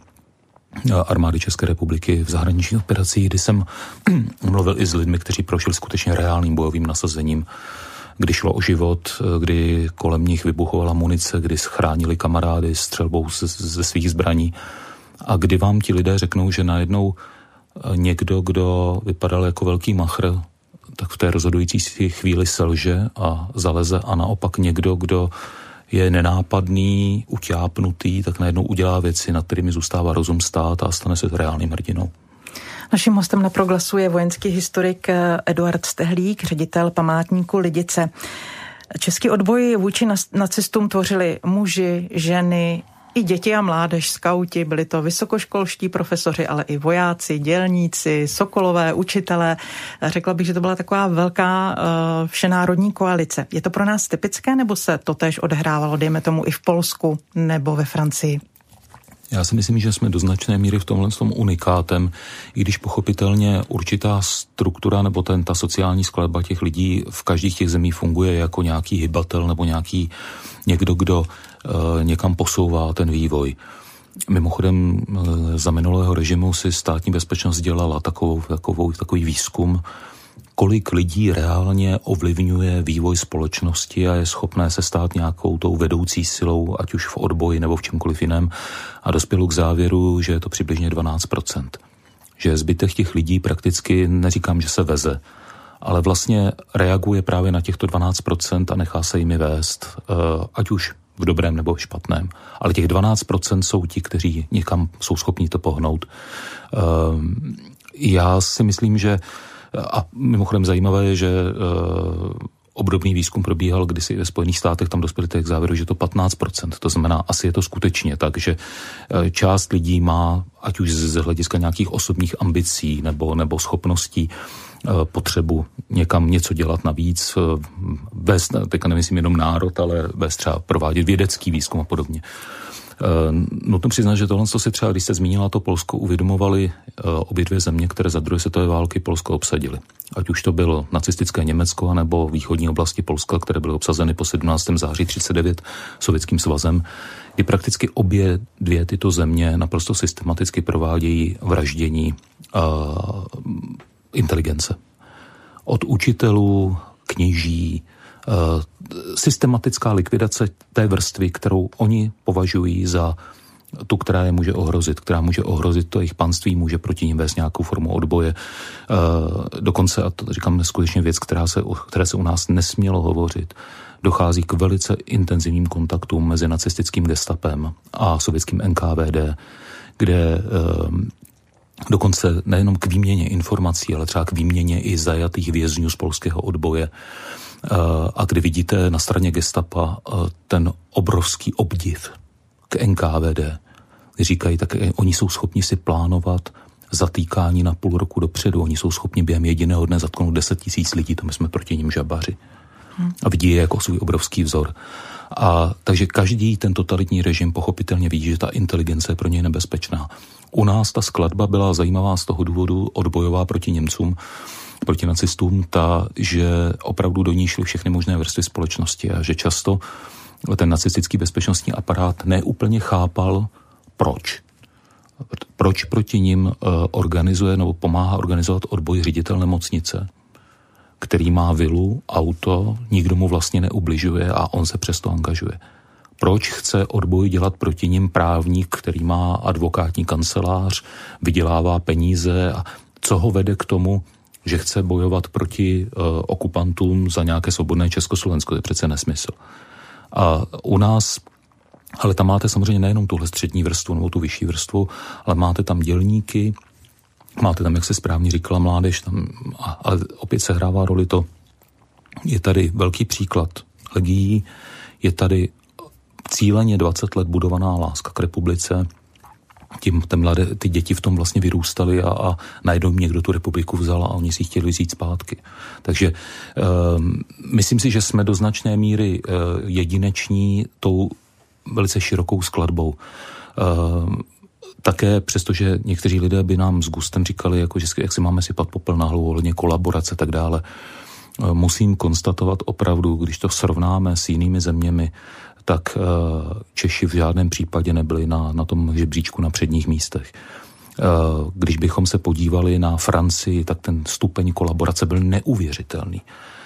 armády České republiky v zahraničních operacích, kdy jsem mluvil i s lidmi, kteří prošli skutečně reálným bojovým nasazením, kdy šlo o život, kdy kolem nich vybuchovala munice, kdy chránili kamarády střelbou ze, ze svých zbraní a kdy vám ti lidé řeknou, že najednou někdo, kdo vypadal jako velký machr, tak v té rozhodující si chvíli selže a zaleze a naopak někdo, kdo je nenápadný, utápnutý, tak najednou udělá věci, nad kterými zůstává rozum stát a stane se reálným hrdinou. Naším hostem na Proglasu je vojenský historik Eduard Stehlík, ředitel památníku Lidice. Český odboj vůči nacistům tvořili muži, ženy, i děti a mládež, skauti, byli to vysokoškolští profesoři, ale i vojáci, dělníci, sokolové, učitelé. Řekla bych, že to byla taková velká uh, všenárodní koalice. Je to pro nás typické, nebo se to též odehrávalo, dejme tomu, i v Polsku nebo ve Francii? Já si myslím, že jsme do značné míry v tomhle tom unikátem, i když pochopitelně určitá struktura nebo ten, ta sociální skladba těch lidí v každých těch zemích funguje jako nějaký hybatel nebo nějaký někdo, kdo uh, někam posouvá ten vývoj. Mimochodem uh, za minulého režimu si státní bezpečnost dělala takovou, takovou, takový výzkum, kolik lidí reálně ovlivňuje vývoj společnosti a je schopné se stát nějakou tou vedoucí silou, ať už v odboji nebo v čemkoliv jiném, a dospělo k závěru, že je to přibližně dvanáct procent. Že zbytek těch lidí prakticky, neříkám, že se veze, ale vlastně reaguje právě na těchto dvanáct procent a nechá se jimi vést, ať už v dobrém nebo v špatném. Ale těch dvanáct procent jsou ti, kteří někam jsou schopni to pohnout. Já si myslím, že a mimochodem zajímavé je, že uh, obdobný výzkum probíhal kdysi ve Spojených státech, tam dospěli k závěru, že to patnáct procent. To znamená, asi je to skutečně tak, že uh, část lidí má, ať už z hlediska nějakých osobních ambicí nebo, nebo schopností, uh, potřebu někam něco dělat navíc, uh, bez, teďka nemyslím jenom národ, ale bez třeba provádět vědecký výzkum a podobně. Nutno přiznat, že tohle si třeba, když se zmínila to Polsko, uvědomovali obě dvě země, které za druhé světové války Polsko obsadily. Ať už to bylo nacistické Německo, nebo východní oblasti Polska, které byly obsazeny po sedmnáctého září třicet devět Sovětským svazem, kdy prakticky obě dvě tyto země naprosto systematicky provádějí vraždění uh, inteligence. Od učitelů, kněží, Uh, systematická likvidace té vrstvy, kterou oni považují za tu, která je může ohrozit, která může ohrozit to jejich panství, může proti nim vést nějakou formu odboje. Uh, dokonce, a to říkám skutečně věc, která se, které se u nás nesmělo hovořit, dochází k velice intenzivním kontaktům mezi nacistickým gestapem a sovětským N K V D, kde uh, dokonce nejenom k výměně informací, ale třeba k výměně i zajatých vězňů z polského odboje. A kdy vidíte na straně gestapa ten obrovský obdiv k N K V D, kdy říkají, tak oni jsou schopni si plánovat zatýkání na půl roku dopředu, oni jsou schopni během jediného dne zatknout deset tisíc lidí, to my jsme proti nim žabaři. A vidí je jako svůj obrovský vzor. A takže každý ten totalitní režim pochopitelně vidí, že ta inteligence je pro něj nebezpečná. U nás ta skladba byla zajímavá z toho důvodu odbojová proti Němcům, proti nacistům, ta, že opravdu do ní šly všechny možné vrstvy společnosti a že často ten nacistický bezpečnostní aparát neúplně chápal, proč. Proč proti nim organizuje nebo pomáhá organizovat odboj ředitel nemocnice, který má vilu, auto, nikdo mu vlastně neubližuje a on se přesto angažuje. Proč chce odboj dělat proti nim právník, který má advokátní kancelář, vydělává peníze a co ho vede k tomu, že chce bojovat proti uh, okupantům za nějaké svobodné Československo, to je přece nesmysl. A u nás, ale tam máte samozřejmě nejenom tuhle střední vrstvu nebo tu vyšší vrstvu, ale máte tam dělníky, máte tam, jak se správně říkala, mládež, tam, ale opět se hrává roli to, je tady velký příklad legií, je tady cíleně dvacet let budovaná láska k republice, tím, ty, mladé, ty děti v tom vlastně vyrůstaly a, a najednou někdo tu republiku vzal a oni si ji chtěli vzít zpátky. Takže um, myslím si, že jsme do značné míry uh, jedineční tou velice širokou skladbou. Um, také přestože někteří lidé by nám s gustem říkali, jako, že jak si máme sypat popel na hlavu, ohledně kolaborace a tak dále, uh, musím konstatovat opravdu, když to srovnáme s jinými zeměmi, tak Češi v žádném případě nebyli na, na tom žebříčku na předních místech. Když bychom se podívali na Francii, tak ten stupeň kolaborace byl neuvěřitelný.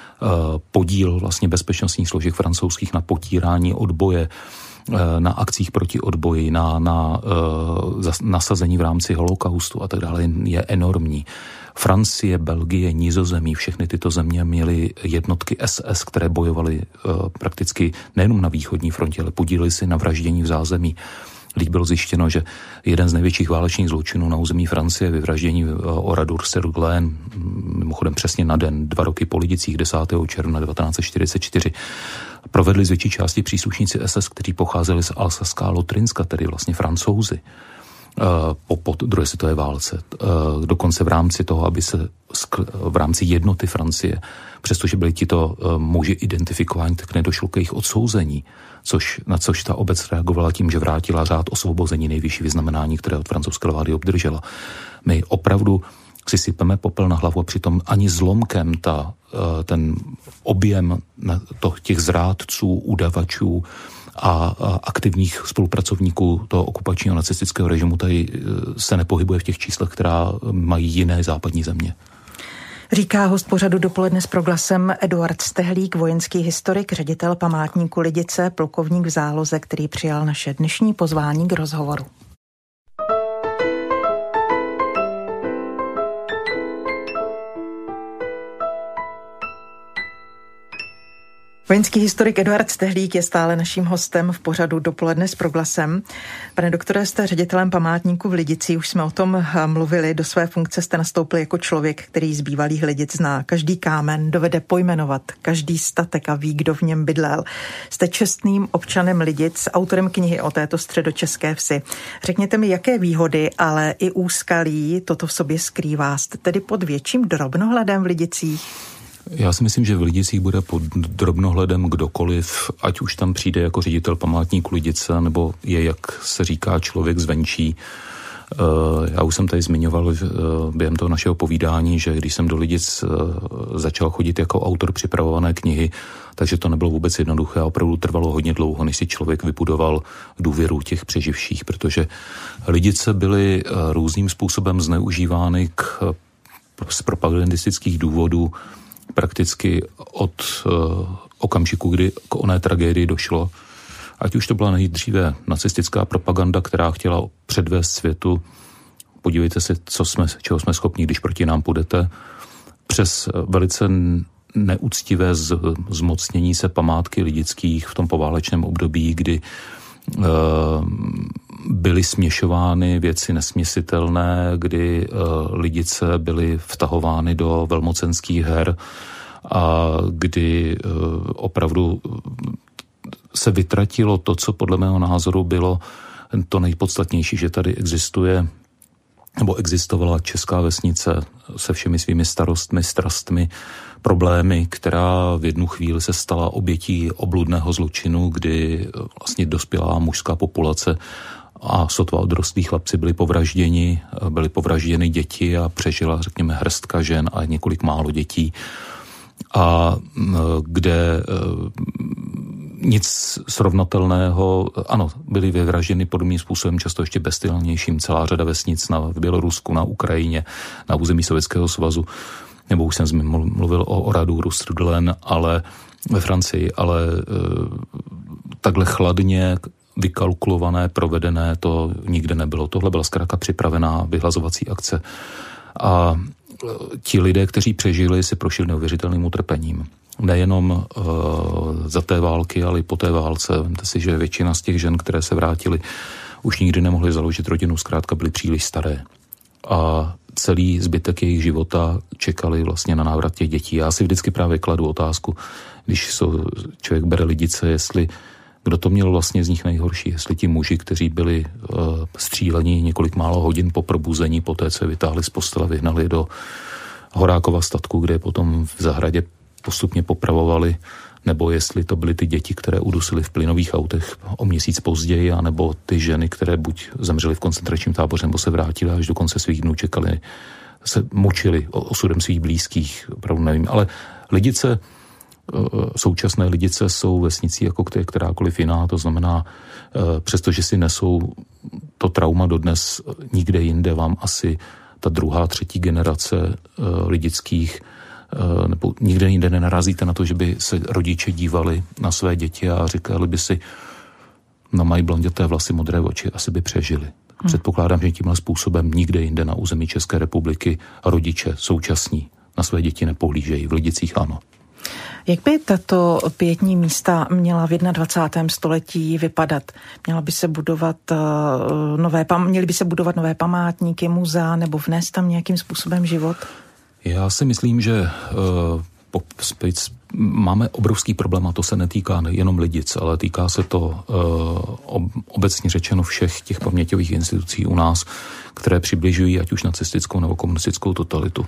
Podíl vlastně bezpečnostních složek francouzských na potírání odboje, na akcích proti odboji, na, na nasazení v rámci holokaustu a tak dále je enormní. Francie, Belgie, Nizozemí, všechny tyto země měly jednotky S S, které bojovaly uh, prakticky nejenom na východní frontě, ale podílely si na vraždění v zázemí. Lík bylo zjištěno, že jeden z největších válečných zločinů na území Francie, vyvraždění uh, Oradour-sur-Glane, mimochodem přesně na den, dva roky po Lidicích, desátého června devatenáct set čtyřicet čtyři, provedli z větší části příslušníci S S, kteří pocházeli z Alsaska a Lotrinska, tedy vlastně Francouzi. Po, po druhé světové válce. Dokonce v rámci toho, aby se v rámci jednoty Francie, přestože byli tito muži identifikováni, tak nedošlo k jejich odsouzení, což, na což ta obec reagovala tím, že vrátila řád osvobození, nejvyšší vyznamenání, které od francouzské vlády obdržela. My opravdu si sypeme popel na hlavu a přitom ani zlomkem ta, ten objem těch zrádců, udavačů a aktivních spolupracovníků toho okupačního nacistického režimu tady se nepohybuje v těch číslech, která mají jiné západní země. Říká host pořadu Dopoledne s proglasem Eduard Stehlík, vojenský historik, ředitel památníku Lidice, plukovník v záloze, který přijal naše dnešní pozvání k rozhovoru. Vojenský historik Eduard Stehlík je stále naším hostem v pořadu Dopoledne s proglasem. Pane doktore, jste ředitelem památníku v Lidici, už jsme o tom mluvili, do své funkce jste nastoupil jako člověk, který z bývalých Lidic zná každý kámen, dovede pojmenovat každý statek a ví, kdo v něm bydlel. Jste čestným občanem Lidic, autorem knihy o této středočeské vsi. Řekněte mi, jaké výhody, ale i úskalí toto v sobě skrývá. Jste tedy pod větším drobnohledem v Lidicích? Já si myslím, že v Lidicích bude pod drobnohledem kdokoliv, ať už tam přijde jako ředitel památníku Lidice, nebo je, jak se říká, člověk zvenčí. Já už jsem tady zmiňoval během toho našeho povídání, že když jsem do Lidic začal chodit jako autor připravované knihy, takže to nebylo vůbec jednoduché a opravdu trvalo hodně dlouho, než si člověk vybudoval důvěru těch přeživších, protože Lidice byly různým způsobem zneužívány k, z propagandistických důvodů prakticky od uh, okamžiku, kdy k oné tragédii došlo. Ať už to byla nejdříve nacistická propaganda, která chtěla předvést světu, podívejte se, co jsme, čeho jsme schopni, když proti nám půjdete, přes velice neúctivé z, zmocnění se památky lidických v tom poválečném období, kdy uh, byly směšovány věci nesměsitelné, kdy uh, Lidice byly vtahovány do velmocenských her a kdy uh, opravdu se vytratilo to, co podle mého názoru bylo to nejpodstatnější, že tady existuje nebo existovala česká vesnice se všemi svými starostmi, strastmi, problémy, která v jednu chvíli se stala obětí obludného zločinu, kdy vlastně dospělá mužská populace a sotva odrostlí chlapci byli povražděni, byly povražděny děti a přežila, řekněme, hrstka žen a několik málo dětí. A kde nic srovnatelného, ano, byly vyvražděny podobným způsobem, často ještě bestiálnějším, celá řada vesnic na v Bělorusku, na Ukrajině, na území Sovětského svazu, nebo už jsem mluvil o Oradouru, Strudelen, ale ve Francii, ale e, takhle chladně vykalkulované, provedené, to nikde nebylo. Tohle byla zkrátka připravená vyhlazovací akce. A ti lidé, kteří přežili, si prošli neuvěřitelným utrpením. Nejenom uh, za té války, ale i po té válce. Vemte si, že většina z těch žen, které se vrátily, už nikdy nemohly založit rodinu, zkrátka byly příliš staré. A celý zbytek jejich života čekali vlastně na návrat těch dětí. Já si vždycky právě kladu otázku, když jsou, člověk bere lidice, jestli kdo to měl vlastně z nich nejhorší, jestli ti muži, kteří byli uh, stříleni několik málo hodin po probuzení, po té, co je vytáhli z postele, vyhnali do Horákova statku, kde je potom v zahradě postupně popravovali, nebo jestli to byly ty děti, které udusily v plynových autech o měsíc později, anebo ty ženy, které buď zemřely v koncentračním táboře, nebo se vrátily až do konce svých dnů, čekali, se mučili osudem svých blízkých, opravdu nevím. Ale Lidice, současné Lidice jsou vesnicí jako kterákoliv jiná, to znamená, přestože si nesou to trauma dodnes, nikde jinde vám asi ta druhá, třetí generace lidických, nebo nikde jinde nenarazíte na to, že by se rodiče dívali na své děti a říkali by si, no mají blonděté vlasy, modré oči, asi by přežili. Hmm. Předpokládám, že tímhle způsobem nikde jinde na území České republiky rodiče současní na své děti nepohlížejí. V Lidicích ano. Jak by tato pietní místa měla v dvacátém prvním století vypadat? Měla by se budovat uh, nové, měly by se budovat nové památníky, muzea nebo vnést tam nějakým způsobem život? Já si myslím, že uh, po, spíc, máme obrovský problém a to se netýká jenom Lidic, ale týká se to uh, obecně řečeno všech těch paměťových institucí u nás, které přibližují ať už nacistickou nebo komunistickou totalitu.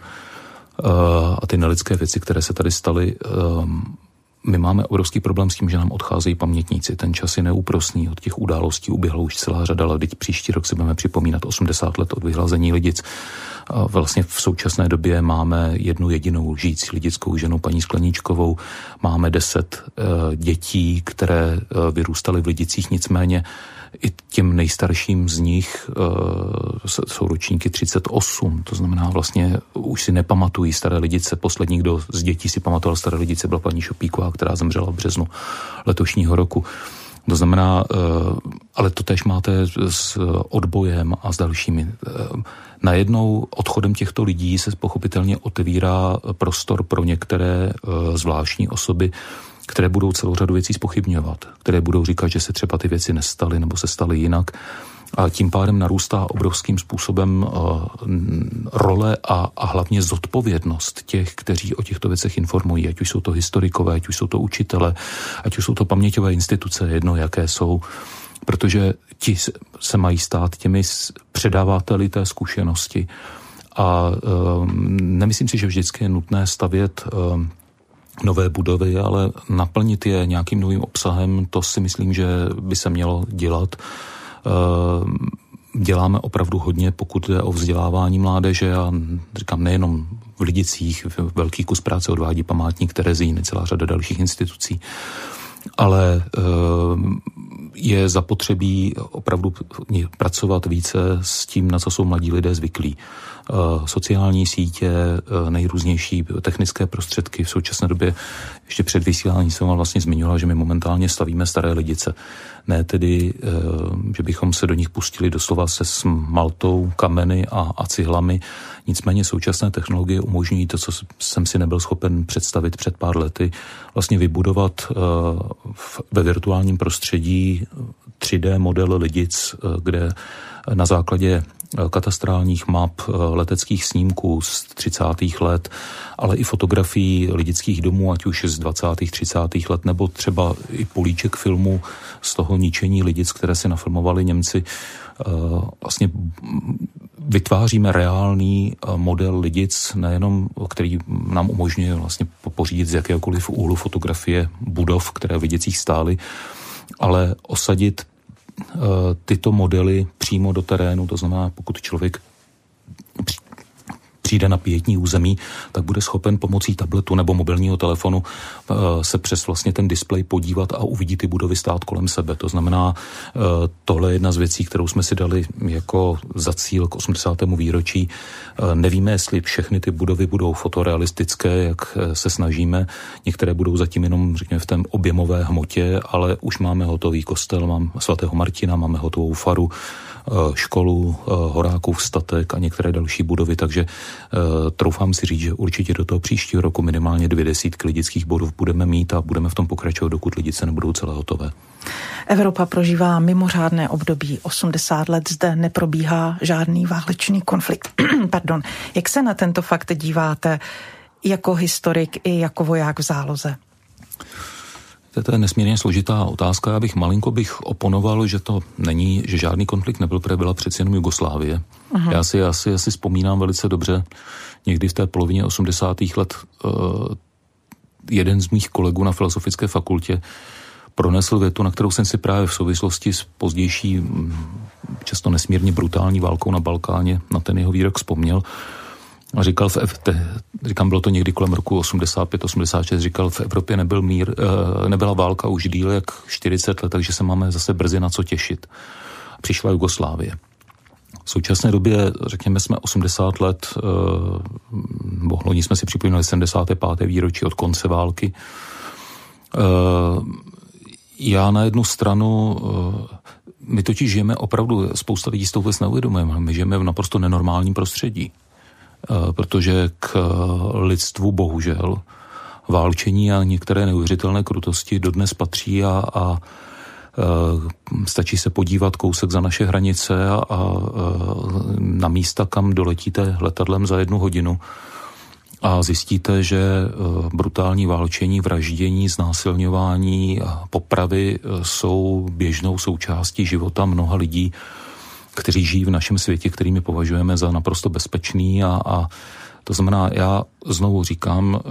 A ty nelidské věci, které se tady staly, my máme obrovský problém s tím, že nám odcházejí pamětníci. Ten čas je neúprosný, od těch událostí uběhlo už celá řada let. Teď příští rok si budeme připomínat osmdesát let od vyhlazení Lidic. A vlastně v současné době máme jednu jedinou žijící lidickou ženu, paní Skleníčkovou. Máme deset uh, dětí, které uh, vyrůstaly v Lidicích, nicméně i těm nejstarším z nich uh, jsou ročníky třicet osm, to znamená vlastně už si nepamatují staré Lidice. Poslední, kdo z dětí si pamatoval staré Lidice, byla paní Šopíková, která zemřela v březnu letošního roku. To znamená, uh, ale to též máte s odbojem a s dalšími. Uh, najednou odchodem těchto lidí se pochopitelně otevírá prostor pro některé uh, zvláštní osoby, které budou celou řadu věcí zpochybňovat, které budou říkat, že se třeba ty věci nestaly nebo se staly jinak. A tím pádem narůstá obrovským způsobem uh, role a, a hlavně zodpovědnost těch, kteří o těchto věcech informují, ať už jsou to historikové, ať už jsou to učitele, ať už jsou to paměťové instituce, jedno jaké jsou, protože ti se mají stát těmi předávateli té zkušenosti. A uh, nemyslím si, že vždycky je nutné stavět uh, nové budovy, ale naplnit je nějakým novým obsahem, to si myslím, že by se mělo dělat. Děláme opravdu hodně, pokud jde o vzdělávání mládeže a říkám nejenom v Lidicích, velký kus práce odvádí památník Terezíny, celá řada dalších institucí, ale je zapotřebí opravdu pracovat více s tím, na co jsou mladí lidé zvyklí. Sociální sítě, nejrůznější technické prostředky. V současné době ještě před vysíláním jsem vám vlastně zmiňovala, že my momentálně stavíme staré Lidice. Ne tedy, že bychom se do nich pustili doslova se smaltou, kameny a, a cihlami. Nicméně současné technologie umožňují to, co jsem si nebyl schopen představit před pár lety, vlastně vybudovat ve virtuálním prostředí tři dé model Lidic, kde na základě katastrálních map, leteckých snímků z třicátých let, ale i fotografií lidických domů, ať už z dvacátých, třicátých let, nebo třeba i políček filmu z toho ničení Lidic, které si nafilmovali Němci. Vlastně vytváříme reálný model Lidic, nejenom, který nám umožňuje vlastně pořídit z jakéhokoliv úhlu fotografie budov, které v Lidicích stály, ale osadit tyto modely přímo do terénu, to znamená, pokud člověk přijde na pietní území, tak bude schopen pomocí tabletu nebo mobilního telefonu se přes vlastně ten displej podívat a uvidí ty budovy stát kolem sebe. To znamená, tohle je jedna z věcí, kterou jsme si dali jako za cíl k osmdesátému výročí. Nevíme, jestli všechny ty budovy budou fotorealistické, jak se snažíme. Některé budou zatím jenom, řekněme, v té objemové hmotě, ale už máme hotový kostel, mám svatého Martina, máme hotovou faru, školu, Horákův statek a některé další budovy, takže troufám si říct, že určitě do toho příštího roku minimálně dvě desítky lidických budov budeme mít a budeme v tom pokračovat, dokud lidice nebudou celé hotové. Evropa prožívá mimořádné období. osmdesát let zde neprobíhá žádný válečný konflikt. Pardon. Jak se na tento fakt díváte jako historik i jako voják v záloze? To je nesmírně složitá otázka. Já bych malinko bych oponoval, že to není, že žádný konflikt nebyl, protože byla přeci jenom Jugoslávie. Uh-huh. Já si, já si, já si vzpomínám velice dobře, někdy v té polovině osmdesátých let uh, jeden z mých kolegů na Filozofické fakultě pronesl větu, na kterou jsem si právě v souvislosti s pozdější, často nesmírně brutální válkou na Balkáně, na ten jeho výrok vzpomněl. A říkal, v, te, říkám, bylo to někdy kolem roku osmdesát pět osmdesát šest, říkal, v Evropě nebyl mír, nebyla válka už díl jak čtyřicet let, takže se máme zase brzy na co těšit. Přišla Jugoslávie. V současné době, řekněme, jsme osmdesát let, bo loni jsme si připomínali sedmdesát pět výročí od konce války. Já na jednu stranu, my totiž žijeme opravdu, spousta lidí s tou vůbec neuvědomujeme, my žijeme v naprosto nenormálním prostředí. Protože k lidstvu bohužel válčení a některé neuvěřitelné krutosti dodnes patří a, a stačí se podívat kousek za naše hranice a, a na místa, kam doletíte letadlem za jednu hodinu a zjistíte, že brutální válčení, vraždění, znásilňování a popravy jsou běžnou součástí života mnoha lidí, kteří žijí v našem světě, který my považujeme za naprosto bezpečný a, a to znamená, já znovu říkám,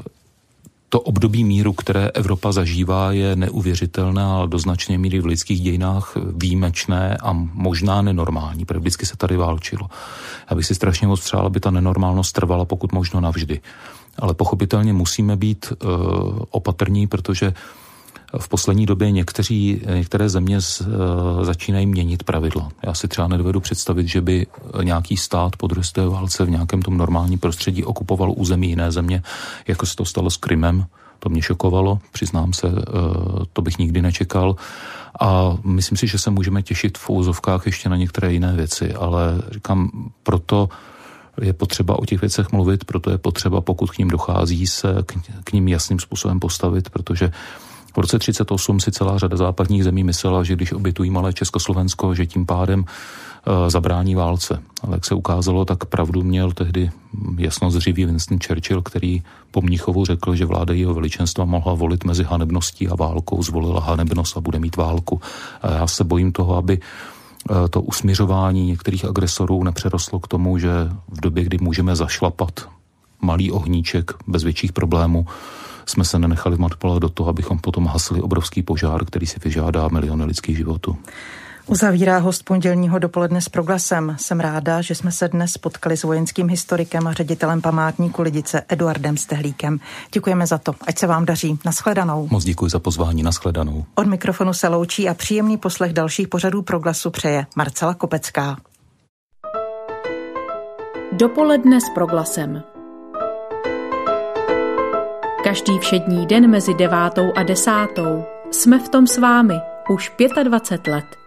to období míru, které Evropa zažívá, je neuvěřitelné, ale do značné míry v lidských dějinách výjimečné a možná nenormální, protože vždycky se tady válčilo. Já bych si strašně moc přál, aby ta nenormálnost trvala pokud možno navždy. Ale pochopitelně musíme být uh, opatrní, protože v poslední době někteří, některé země z, uh, začínají měnit pravidla. Já si třeba nedovedu představit, že by nějaký stát po druhé světové válce v nějakém tom normálním prostředí okupoval území jiné země, jako se to stalo s Krymem. To mě šokovalo, přiznám se, uh, to bych nikdy nečekal. A myslím si, že se můžeme těšit v úzovkách ještě na některé jiné věci, ale říkám, proto je potřeba o těch věcech mluvit, proto je potřeba, pokud k ním dochází, se k, k ním jasným způsobem postavit, protože v roce třicet osm si celá řada západních zemí myslela, že když obětují malé Československo, že tím pádem e, zabrání válce. Ale jak se ukázalo, tak pravdu měl tehdy jasnozřivý Winston Churchill, který po Mnichovu řekl, že vláda jeho veličenstva mohla volit mezi hanebností a válkou, zvolila hanebnost a bude mít válku. A já se bojím toho, aby e, to usměřování některých agresorů nepřerostlo k tomu, že v době, kdy můžeme zašlapat malý ohníček bez větších problémů, jsme se nenechali manipulovat do toho, abychom potom hasili obrovský požár, který si vyžádá miliony lidských životů. Uzavírá host pondělního dopoledne s Proglasem. Jsem ráda, že jsme se dnes potkali s vojenským historikem a ředitelem památníku Lidice Eduardem Stehlíkem. Děkujeme za to. Ať se vám daří. Naschledanou. Moc děkuji za pozvání. Naschledanou. Od mikrofonu se loučí a příjemný poslech dalších pořadů Proglasu přeje Marcela Kopecká. Dopoledne s Proglasem. Každý všední den mezi devátou a desátou jsme v tom s vámi už dvacet pět let.